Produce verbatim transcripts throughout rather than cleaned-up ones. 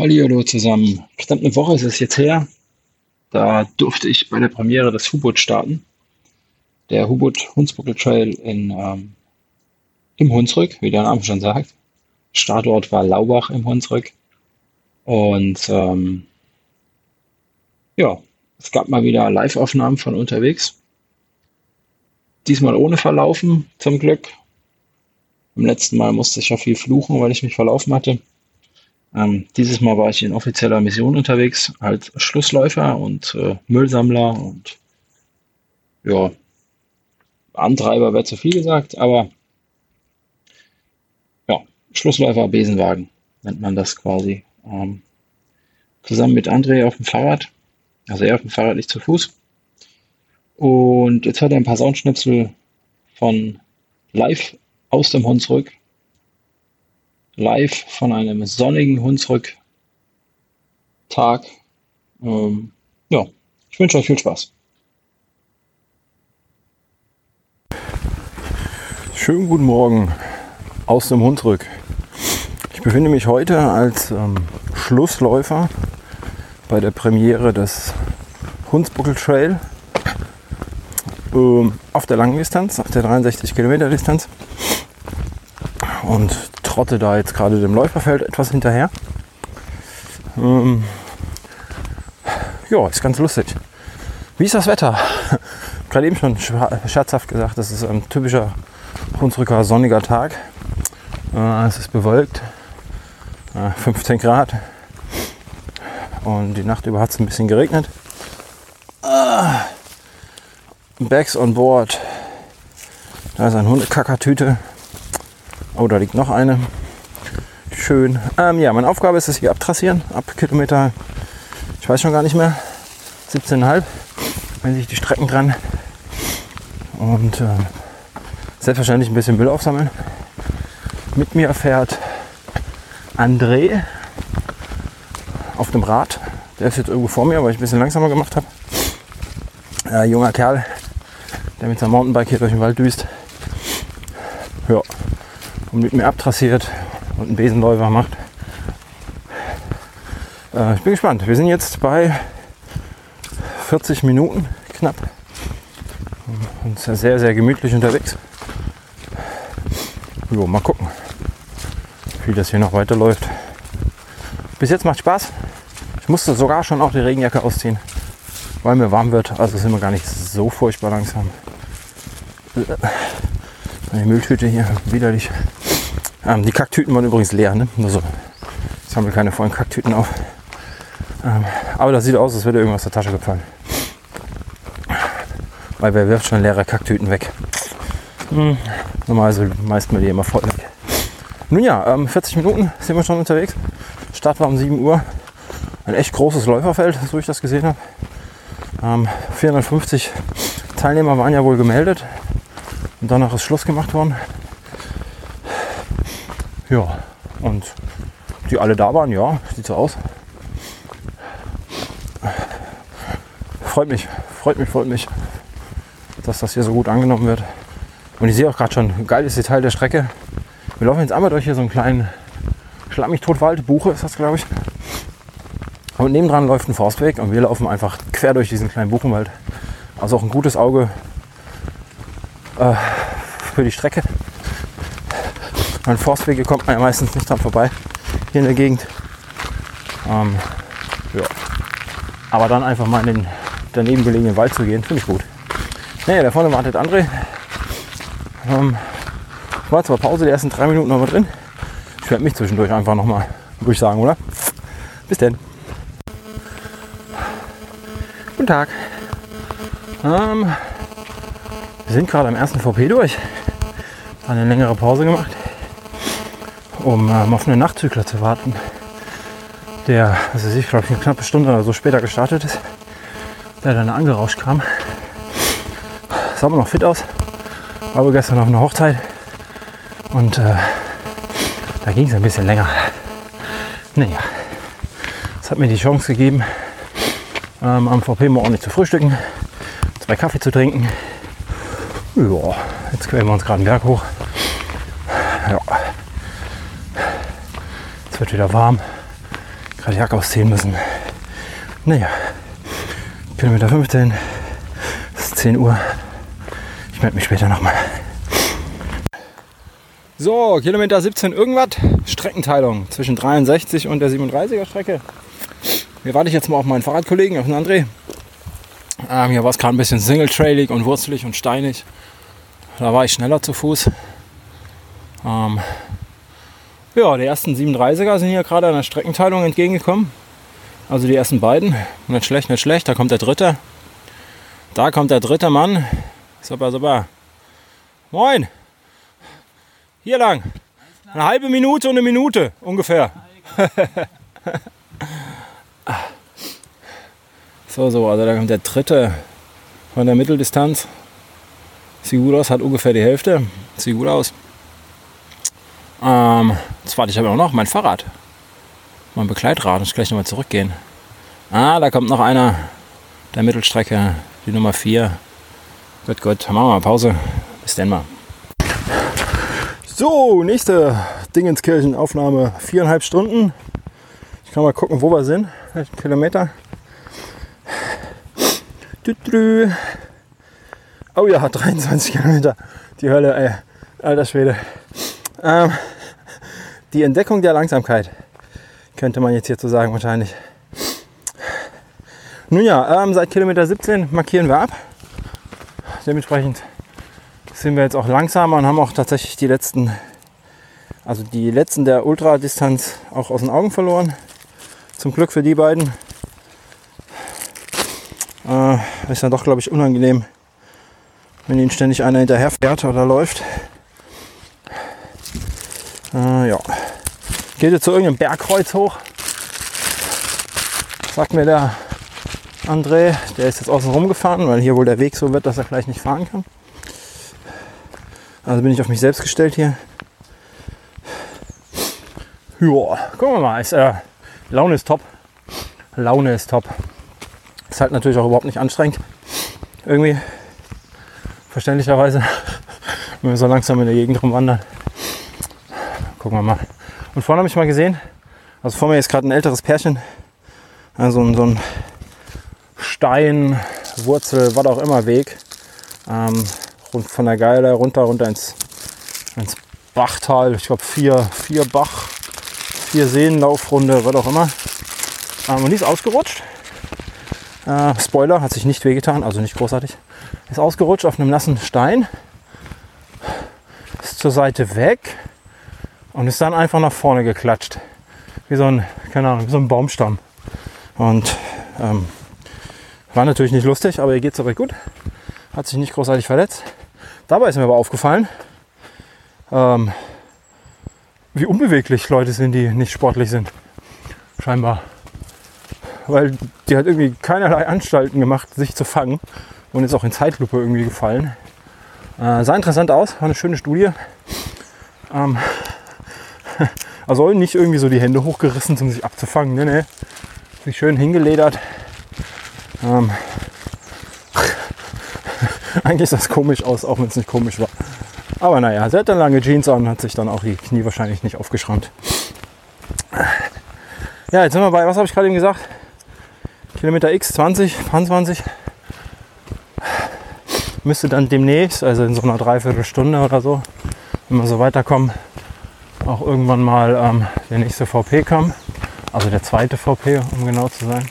Hallihallo zusammen. Knapp eine Woche ist es jetzt her. Da durfte ich bei der Premiere des Hubot starten. Der Hubot Hunsbuckel Trail in, ähm, im Hunsrück, wie der Name schon sagt. Startort war Laubach im Hunsrück. Und ähm, ja, es gab mal wieder Live-Aufnahmen von unterwegs. Diesmal ohne Verlaufen, zum Glück. Beim letzten Mal musste ich ja viel fluchen, weil ich mich verlaufen hatte. Ähm, dieses Mal war ich in offizieller Mission unterwegs, als Schlussläufer und äh, Müllsammler und ja, Antreiber wäre zu viel gesagt, aber ja, Schlussläufer Besenwagen nennt man das quasi. Ähm, zusammen mit André auf dem Fahrrad, also er auf dem Fahrrad, nicht zu Fuß. Und jetzt hat er ein paar Soundschnipsel von live aus dem Hunsrück, live von einem sonnigen Hunsrück-Tag. Ähm, ja, ich wünsche euch viel Spaß. Schönen guten Morgen aus dem Hunsrück. Ich befinde mich heute als ähm, Schlussläufer bei der Premiere des Hunsbuckel Trail ähm, auf der langen Distanz, auf der dreiundsechzig Kilometer Distanz, und trotte da jetzt gerade dem Läuferfeld etwas hinterher. Ähm, ja, ist ganz lustig. Wie ist das Wetter? Gerade eben schon scherzhaft gesagt, das ist ein typischer Hunsrücker sonniger Tag. Äh, es ist bewölkt, äh, fünfzehn Grad, und die Nacht über hat es ein bisschen geregnet. Ah, Bags on board. Da ist ein Hundekackertüte. Oh, da liegt noch eine. Schön. Ähm, ja, meine Aufgabe ist es hier abtrassieren. Ab Kilometer, ich weiß schon gar nicht mehr, siebzehn Komma fünf, wenn sich die Strecken dran. Und äh, selbstverständlich ein bisschen Müll aufsammeln. Mit mir fährt André auf dem Rad. Der ist jetzt irgendwo vor mir, weil ich ein bisschen langsamer gemacht habe. Äh, junger Kerl, der mit seinem Mountainbike hier durch den Wald düst. Ja. Und mit mir abtrassiert und einen Besenläufer macht. Äh, ich bin gespannt. Wir sind jetzt bei vierzig Minuten knapp. Und sind sehr, sehr gemütlich unterwegs. Jo, mal gucken, wie das hier noch weiterläuft. Bis jetzt macht Spaß. Ich musste sogar schon auch die Regenjacke ausziehen, weil mir warm wird. Also sind wir gar nicht so furchtbar langsam. Die Mülltüte hier, widerlich. Ähm, die Kacktüten waren übrigens leer, ne? Nur so. Ich sammle keine vollen Kacktüten auf. Ähm, aber das sieht aus, als würde irgendwas aus der Tasche gefallen. Weil wer wirft schon leere Kacktüten weg? Hm, normalerweise meist mir die immer voll weg. Nun ja, ähm, vierzig Minuten sind wir schon unterwegs. Start war um sieben Uhr. Ein echt großes Läuferfeld, so ich das gesehen habe. Ähm, vierhundertfünfzig Teilnehmer waren ja wohl gemeldet. Und danach ist Schluss gemacht worden. Ja, und die alle da waren, ja, sieht so aus. Freut mich, freut mich, freut mich, dass das hier so gut angenommen wird. Und ich sehe auch gerade schon ein geiles Detail der Strecke. Wir laufen jetzt einmal durch hier so einen kleinen Schlammig-Totwald, Buche ist das, glaube ich. Und nebendran läuft ein Forstweg und wir laufen einfach quer durch diesen kleinen Buchenwald. Also auch ein gutes Auge äh, für die Strecke. An Forstwege kommt man ja meistens nicht dran vorbei hier in der Gegend. Ähm, ja. Aber dann einfach mal in den daneben gelegenen Wald zu gehen, finde ich gut. Naja, da vorne wartet André. Ähm, war zwar Pause, die ersten drei Minuten noch mal drin. Ich werde mich zwischendurch einfach nochmal, würde ich sagen, oder? Bis denn. Guten Tag. Ähm, wir sind gerade am ersten V P durch. Eine längere Pause gemacht, um ähm, auf einen Nachtzügler zu warten, der, also ich glaube, eine knappe Stunde oder so später gestartet ist, der dann angerauscht kam. Sah aber noch fit aus, war aber gestern auf einer Hochzeit und äh, da ging es ein bisschen länger. Naja, das hat mir die Chance gegeben, ähm, am V P mal ordentlich zu frühstücken, zwei Kaffee zu trinken. Ja, jetzt quälen wir uns gerade einen Berg hoch. Ja. Es wird wieder warm. gerade die Jacke ausziehen müssen. Naja, Kilometer fünfzehn, es ist zehn Uhr. Ich melde mich später nochmal. So, Kilometer siebzehn irgendwas, Streckenteilung zwischen dreiundsechzig und der siebenunddreißiger Strecke. Hier warte ich jetzt mal auf meinen Fahrradkollegen, auf den André. Ähm, hier war es gerade ein bisschen single-trailig und wurzelig und steinig. Da war ich schneller zu Fuß. Ähm, ja, die ersten siebenunddreißiger sind hier gerade an der Streckenteilung entgegengekommen. Also die ersten beiden. Nicht schlecht, nicht schlecht. Da kommt der dritte. Da kommt der dritte Mann. Super, super. Moin. Hier lang. Eine halbe Minute und eine Minute ungefähr. so, so, also da kommt der dritte von der Mitteldistanz. Sieht gut aus, hat ungefähr die Hälfte. Sieht gut aus. Ähm, jetzt warte ich aber auch noch mein Fahrrad. Mein Begleitrad, muss gleich nochmal zurückgehen. Ah, da kommt noch einer der Mittelstrecke, die Nummer vier. Gut, gut, machen wir mal Pause. Bis dann mal. So, nächste Dingenskirchen-Aufnahme, viereinhalb Stunden. Ich kann mal gucken, wo wir sind. Welchen Kilometer? Oh ja, dreiundzwanzig Kilometer. Die Hölle, ey. Alter Schwede. Ähm, die Entdeckung der Langsamkeit, könnte man jetzt hierzu sagen wahrscheinlich. Nun ja, ähm, seit Kilometer siebzehn markieren wir ab. Dementsprechend sind wir jetzt auch langsamer und haben auch tatsächlich die letzten, also die letzten der Ultradistanz auch aus den Augen verloren. Zum Glück für die beiden. Äh, ist dann doch, glaube ich, unangenehm, wenn ihnen ständig einer hinterher fährt oder läuft. Äh, ja. Geht jetzt zu irgendeinem Bergkreuz hoch. Sagt mir der André, der ist jetzt außen rum gefahren, weil hier wohl der Weg so wird, dass er gleich nicht fahren kann. Also bin ich auf mich selbst gestellt hier. Ja, gucken wir mal. Ist, äh, Laune ist top. Laune ist top. Ist halt natürlich auch überhaupt nicht anstrengend. Irgendwie. Verständlicherweise. Wenn wir so langsam in der Gegend rumwandern. Gucken wir mal. Und vorne habe ich mal gesehen. Also vor mir ist gerade ein älteres Pärchen. Also so ein Stein, Wurzel, was auch immer Weg. Ähm, von der Geile runter, runter ins, ins Bachtal. Ich glaube vier, vier Bach, vier Seenlaufrunde, was auch immer. Ähm, und die ist ausgerutscht. Äh, Spoiler, hat sich nicht wehgetan, also nicht großartig. Ist ausgerutscht auf einem nassen Stein. Ist zur Seite weg. Und ist dann einfach nach vorne geklatscht. Wie so ein, keine Ahnung, wie so ein Baumstamm. Und ähm, war natürlich nicht lustig, aber ihr geht es recht gut. Hat sich nicht großartig verletzt. Dabei ist mir aber aufgefallen, ähm, wie unbeweglich Leute sind, die nicht sportlich sind. Scheinbar. Weil die hat irgendwie keinerlei Anstalten gemacht, sich zu fangen. Und ist auch in Zeitlupe irgendwie gefallen. Äh, sah interessant aus, war eine schöne Studie. Ähm, also nicht irgendwie so die Hände hochgerissen, um sich abzufangen. Nee, nee. Sich schön hingeledert. Ähm, Eigentlich sah es komisch aus, auch wenn es nicht komisch war. Aber naja, sie hat dann lange Jeans an und hat sich dann auch die Knie wahrscheinlich nicht aufgeschrammt. Ja, jetzt sind wir bei, was habe ich gerade eben gesagt? Kilometer X, zwanzig, zwanzig. Müsste dann demnächst, also in so einer Dreiviertelstunde oder so, wenn wir so weiterkommen, auch irgendwann mal ähm, der nächste V P kommen. Also der zweite V P, um genau zu sein.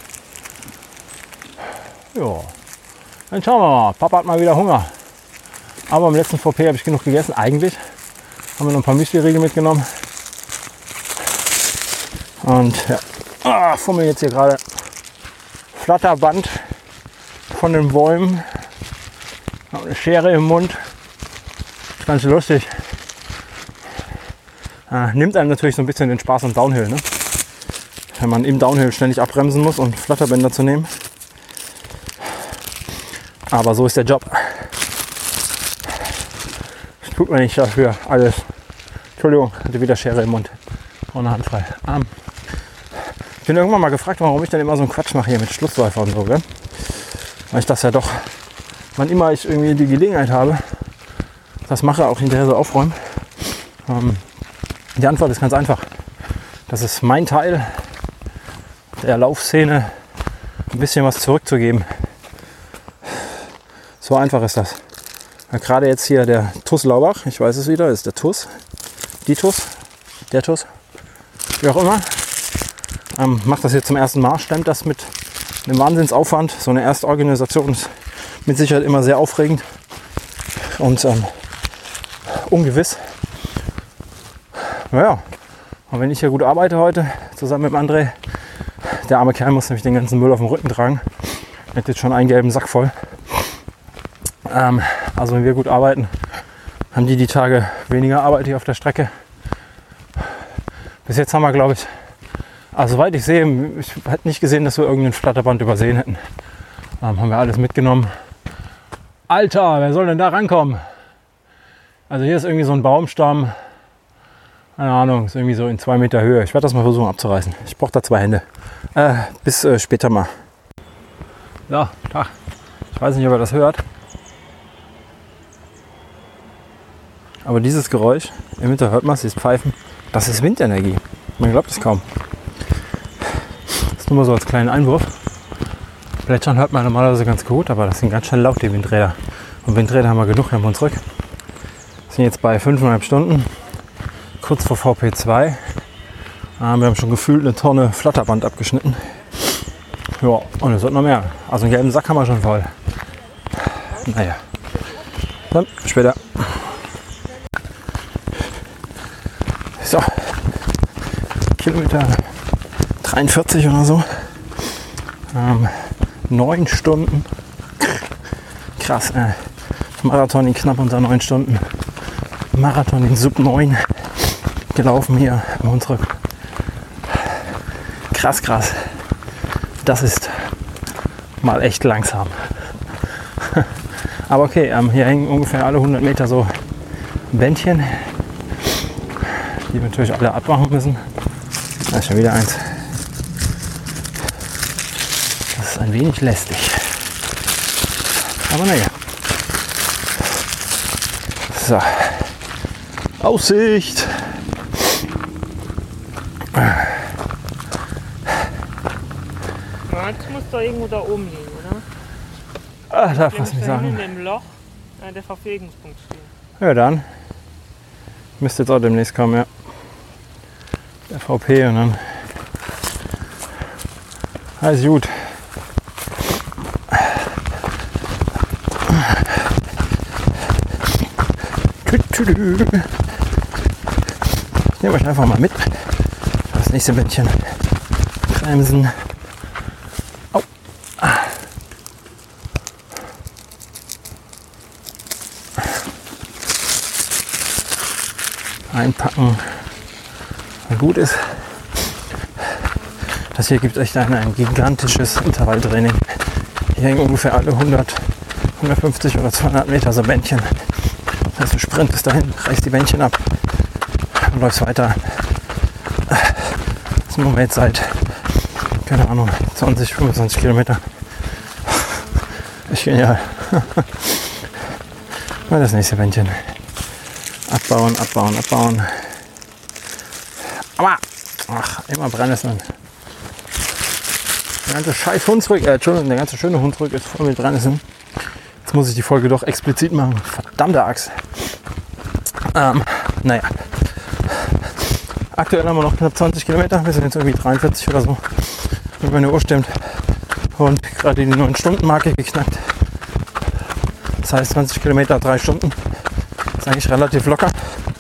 Ja. Dann schauen wir mal. Papa hat mal wieder Hunger. Aber im letzten V P habe ich genug gegessen. Eigentlich haben wir noch ein paar Müsli-Riegel mitgenommen. Und ja, ah, fummel jetzt hier gerade Flatterband von den Bäumen. Habe eine Schere im Mund. Das ist ganz lustig. Ah, nimmt einem natürlich so ein bisschen den Spaß am Downhill, ne? Wenn man im Downhill ständig abbremsen muss und Flatterbänder zu nehmen. Aber so ist der Job. Das tut man nicht dafür alles. Entschuldigung, hatte wieder Schere im Mund. Ohne Hand frei. Arm. Ich bin irgendwann mal gefragt, warum ich dann immer so einen Quatsch mache hier mit Schlussläufer und so. Gell? Weil ich das ja doch, wann immer ich irgendwie die Gelegenheit habe, das mache, auch hinterher so aufräumen. Ähm, die Antwort ist ganz einfach. Das ist mein Teil der Laufszene ein bisschen was zurückzugeben. So einfach ist das. Ja, gerade jetzt hier der T U S Laubach, ich weiß es wieder, ist der T U S, die T U S, der T U S, wie auch immer. Ähm, macht das jetzt zum ersten Mal, stemmt das mit einem Wahnsinnsaufwand. So eine Erstorganisation ist mit Sicherheit immer sehr aufregend und ähm, ungewiss. Naja, und wenn ich hier gut arbeite heute, zusammen mit dem André, der arme Kerl muss nämlich den ganzen Müll auf dem Rücken tragen. Er hat jetzt schon einen gelben Sack voll. Ähm, also wenn wir gut arbeiten, haben die die Tage weniger Arbeit hier auf der Strecke. Bis jetzt haben wir, glaube ich, also soweit ich sehe, ich hätte nicht gesehen, dass wir irgendein Flatterband übersehen hätten. Ähm, haben wir alles mitgenommen. Alter, wer soll denn da rankommen? Also hier ist irgendwie so ein Baumstamm. Keine Ahnung, ist irgendwie so in zwei Meter Höhe. Ich werde das mal versuchen abzureißen. Ich brauche da zwei Hände. Äh, bis äh, später mal. Ja, Tag. Ich weiß nicht, ob ihr das hört. Aber dieses Geräusch, im Winter hört man es, dieses Pfeifen, das ist Windenergie. Man glaubt es kaum. Das ist nur mal so als kleinen Einwurf. Plätschern hört man normalerweise ganz gut, aber das sind ganz schön laut, die Windräder. Und Windräder haben wir genug, haben wir uns zurück. Wir sind jetzt bei fünfeinhalb Stunden, kurz vor V P zwei. Wir haben schon gefühlt eine Tonne Flatterband abgeschnitten. Ja, und es wird noch mehr. Also einen gelben Sack haben wir schon voll. Naja, dann später. So, Kilometer dreiundvierzig oder so. Ähm, neun Stunden. Krass, äh, Marathon in knapp unter neun Stunden. Marathon in Sub neun gelaufen hier im Hunsrück. Krass, krass. Das ist mal echt langsam. Aber okay, ähm, hier hängen ungefähr alle hundert Meter so Bändchen, die wir natürlich alle abmachen müssen. Da ist schon wieder eins. Das ist ein wenig lästig. Aber naja. So. Aussicht. Das muss doch irgendwo da oben liegen, oder? Ah, darf man nicht sagen. In dem Loch äh, der Verpflegungspunkt stehen. Ja, dann müsste jetzt auch demnächst kommen, ja. Der V P und dann alles gut. Ich nehme euch einfach mal mit. Das nächste Bändchen bremsen. Au. Einpacken. Gut ist. Das hier gibt echt ein, ein gigantisches Intervalltraining. Hier hängen ungefähr alle hundert, hundertfünfzig oder zweihundert Meter so Bändchen. Das heißt, du sprintest dahin, reißt die Bändchen ab und läufst weiter. Das machen wir jetzt seit, keine Ahnung, zwanzig, fünfundzwanzig Kilometer. Echt genial. Mal das nächste Bändchen. Abbauen, abbauen, abbauen. Aber, ach, immer Brennnesseln. Der ganze scheiß Hunsrück, äh, Entschuldigung, der ganze schöne Hunsrück ist voll mit Brennnesseln. Jetzt muss ich die Folge doch explizit machen. Verdammte Axt. Ähm, naja. Aktuell haben wir noch knapp zwanzig Kilometer. Wir sind jetzt irgendwie dreiundvierzig oder so. Wenn meine Uhr stimmt. Und gerade die neun Stunden Marke geknackt. Das heißt zwanzig Kilometer, drei Stunden. Das ist eigentlich relativ locker.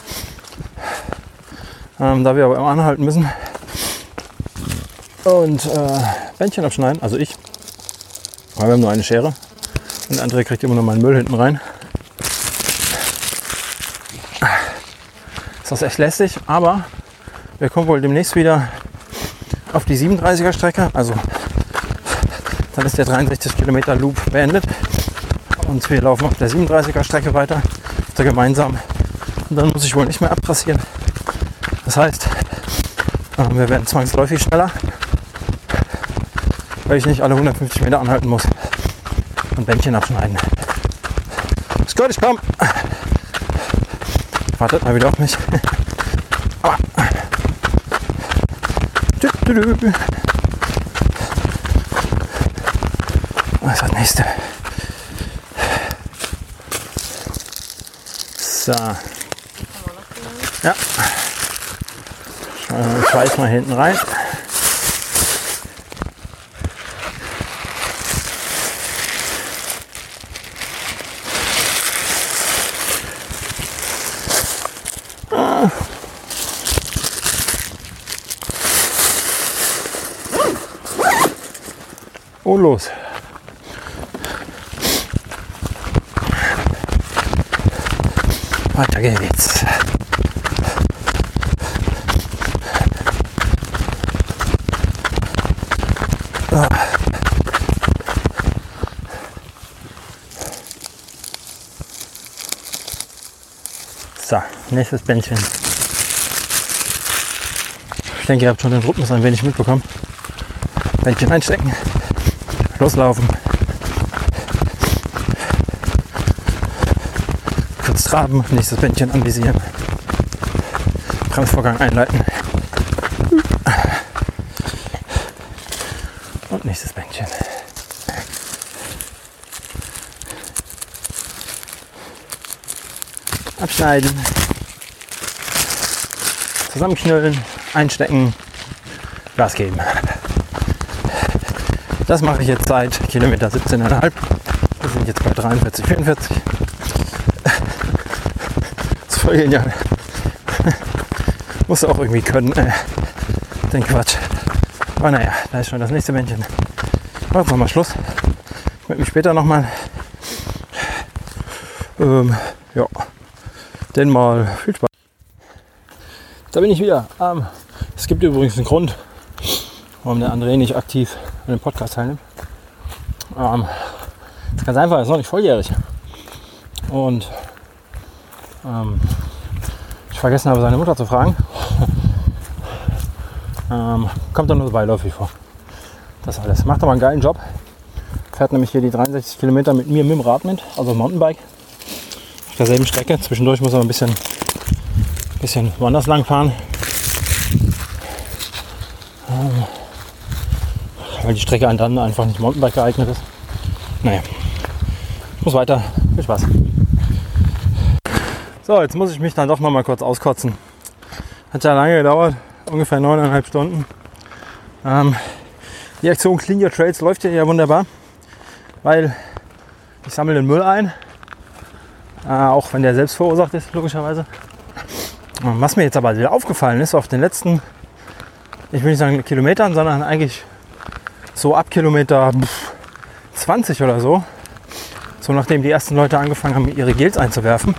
Ähm, da wir aber immer anhalten müssen. Und äh, Bändchen abschneiden. Also ich. Weil wir haben nur eine Schere. Und der andere kriegt immer noch meinen Müll hinten rein. Ist das echt lästig, aber wir kommen wohl demnächst wieder auf die siebenunddreißiger Strecke. Also dann ist der dreiundsechzig Kilometer Loop beendet. Und wir laufen auf der siebenunddreißiger Strecke weiter. Da gemeinsam. Und dann muss ich wohl nicht mehr abtrassieren. Das heißt, wir werden zwangsläufig schneller, weil ich nicht alle hundertfünfzig Meter anhalten muss. Und Bändchen abschneiden. Ist gut, ich komm. Wartet mal wieder auf mich. Aber. ist das nächste. So. Ja. Ich scheiß mal hinten rein. Und los. Weiter geht's. Ah. So, nächstes Bändchen. Ich denke, ihr habt schon den Rhythmus ein wenig mitbekommen. Bändchen einstecken. Loslaufen. Kurz traben, nächstes Bändchen anvisieren. Bremsvorgang einleiten. Und nächstes Bändchen. Abschneiden. Zusammenknüllen, einstecken, Gas geben. Das mache ich jetzt seit Kilometer siebzehn Komma fünf. Wir sind jetzt bei dreiundvierzig, vierundvierzig. Das ist voll genial. Muss auch irgendwie können, äh, den Quatsch. Aber naja, da ist schon das nächste Bändchen. Aber jetzt nochmal Schluss. Ich melde mich später nochmal. Ähm, ja. Denn mal viel Spaß. Da bin ich wieder. Ähm, es gibt übrigens einen Grund, warum der André nicht aktiv an dem Podcast teilnimmt. Ähm, das ist ganz einfach, er ist noch nicht volljährig. Und ähm, ich vergessen habe, seine Mutter zu fragen. ähm, kommt dann nur so beiläufig vor. Das alles. Macht aber einen geilen Job. Fährt nämlich hier die dreiundsechzig Kilometer mit mir mit dem Rad mit, also Mountainbike. Auf derselben Strecke. Zwischendurch muss er ein bisschen, bisschen woanders lang fahren. Ähm, weil die Strecke dann einfach nicht Mountainbike geeignet ist. Naja, ich muss weiter. Viel Spaß. So, jetzt muss ich mich dann doch noch mal kurz auskotzen. Hat ja lange gedauert, ungefähr neuneinhalb Stunden. Ähm, die Aktion Clean Your Trails läuft ja, ja wunderbar, weil ich sammle den Müll ein, äh, auch wenn der selbst verursacht ist, logischerweise. Und was mir jetzt aber wieder aufgefallen ist, auf den letzten, ich will nicht sagen Kilometern, sondern eigentlich so ab Kilometer zwanzig oder so, so nachdem die ersten Leute angefangen haben, ihre Gels einzuwerfen,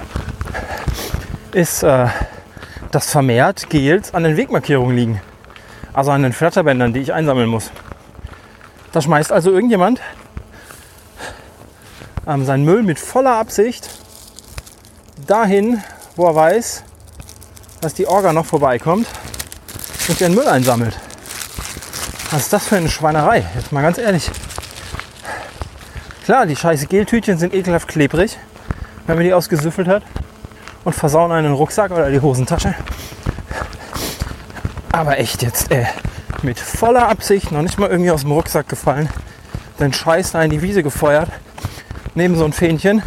ist, äh, dass vermehrt Gels an den Wegmarkierungen liegen. Also an den Flatterbändern, die ich einsammeln muss. Da schmeißt also irgendjemand ähm, seinen Müll mit voller Absicht dahin, wo er weiß, dass die Orga noch vorbeikommt und ihren Müll einsammelt. Was ist das für eine Schweinerei? Jetzt mal ganz ehrlich. Klar, die scheiße Geltütchen sind ekelhaft klebrig, wenn man die ausgesüffelt hat und versauen einen Rucksack oder die Hosentasche. Aber echt jetzt, ey, mit voller Absicht, noch nicht mal irgendwie aus dem Rucksack gefallen, den Scheiß da in die Wiese gefeuert, neben so ein Fähnchen,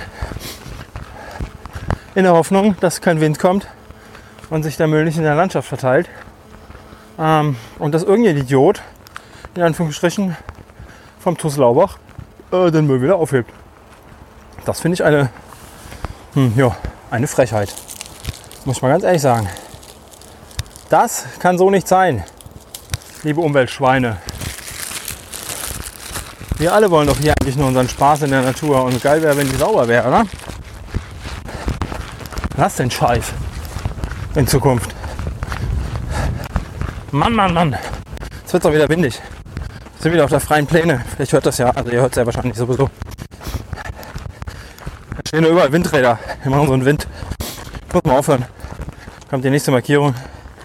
in der Hoffnung, dass kein Wind kommt und sich der Müll nicht in der Landschaft verteilt. Ähm, und dass irgendein Idiot, in Anführungsstrichen, vom T U S Laubach äh, den Müll wieder aufhebt. Das finde ich eine, hm, ja, eine Frechheit. Muss ich mal ganz ehrlich sagen. Das kann so nicht sein, liebe Umweltschweine. Wir alle wollen doch hier eigentlich nur unseren Spaß in der Natur und geil wäre, wenn die sauber wäre, oder? Lass den Scheiß in Zukunft. Mann, Mann, Mann. Jetzt wird es auch wieder windig. Wir sind wieder auf der freien Pläne. Vielleicht hört das ja, also ihr hört es ja wahrscheinlich sowieso. Da stehen überall Windräder. Wir machen so einen Wind. Ich muss mal aufhören. Kommt die nächste Markierung.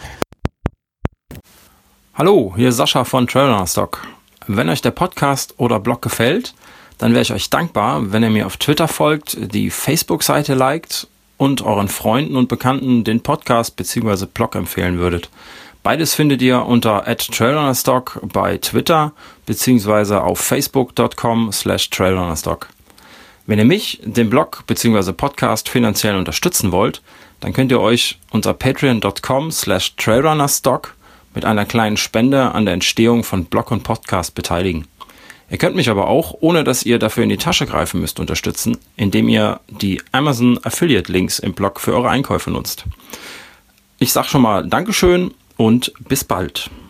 Hallo, hier ist Sascha von Trailrunnerstock. Wenn euch der Podcast oder Blog gefällt, dann wäre ich euch dankbar, wenn ihr mir auf Twitter folgt, die Facebook-Seite liked und euren Freunden und Bekannten den Podcast bzw. Blog empfehlen würdet. Beides findet ihr unter at trailrunnerstock bei Twitter beziehungsweise auf facebook.com slash trailrunnerstock. Wenn ihr mich, den Blog bzw. Podcast finanziell unterstützen wollt, dann könnt ihr euch unter patreon.com slash trailrunnerstock mit einer kleinen Spende an der Entstehung von Blog und Podcast beteiligen. Ihr könnt mich aber auch, ohne dass ihr dafür in die Tasche greifen müsst, unterstützen, indem ihr die Amazon Affiliate Links im Blog für eure Einkäufe nutzt. Ich sag schon mal Dankeschön und bis bald.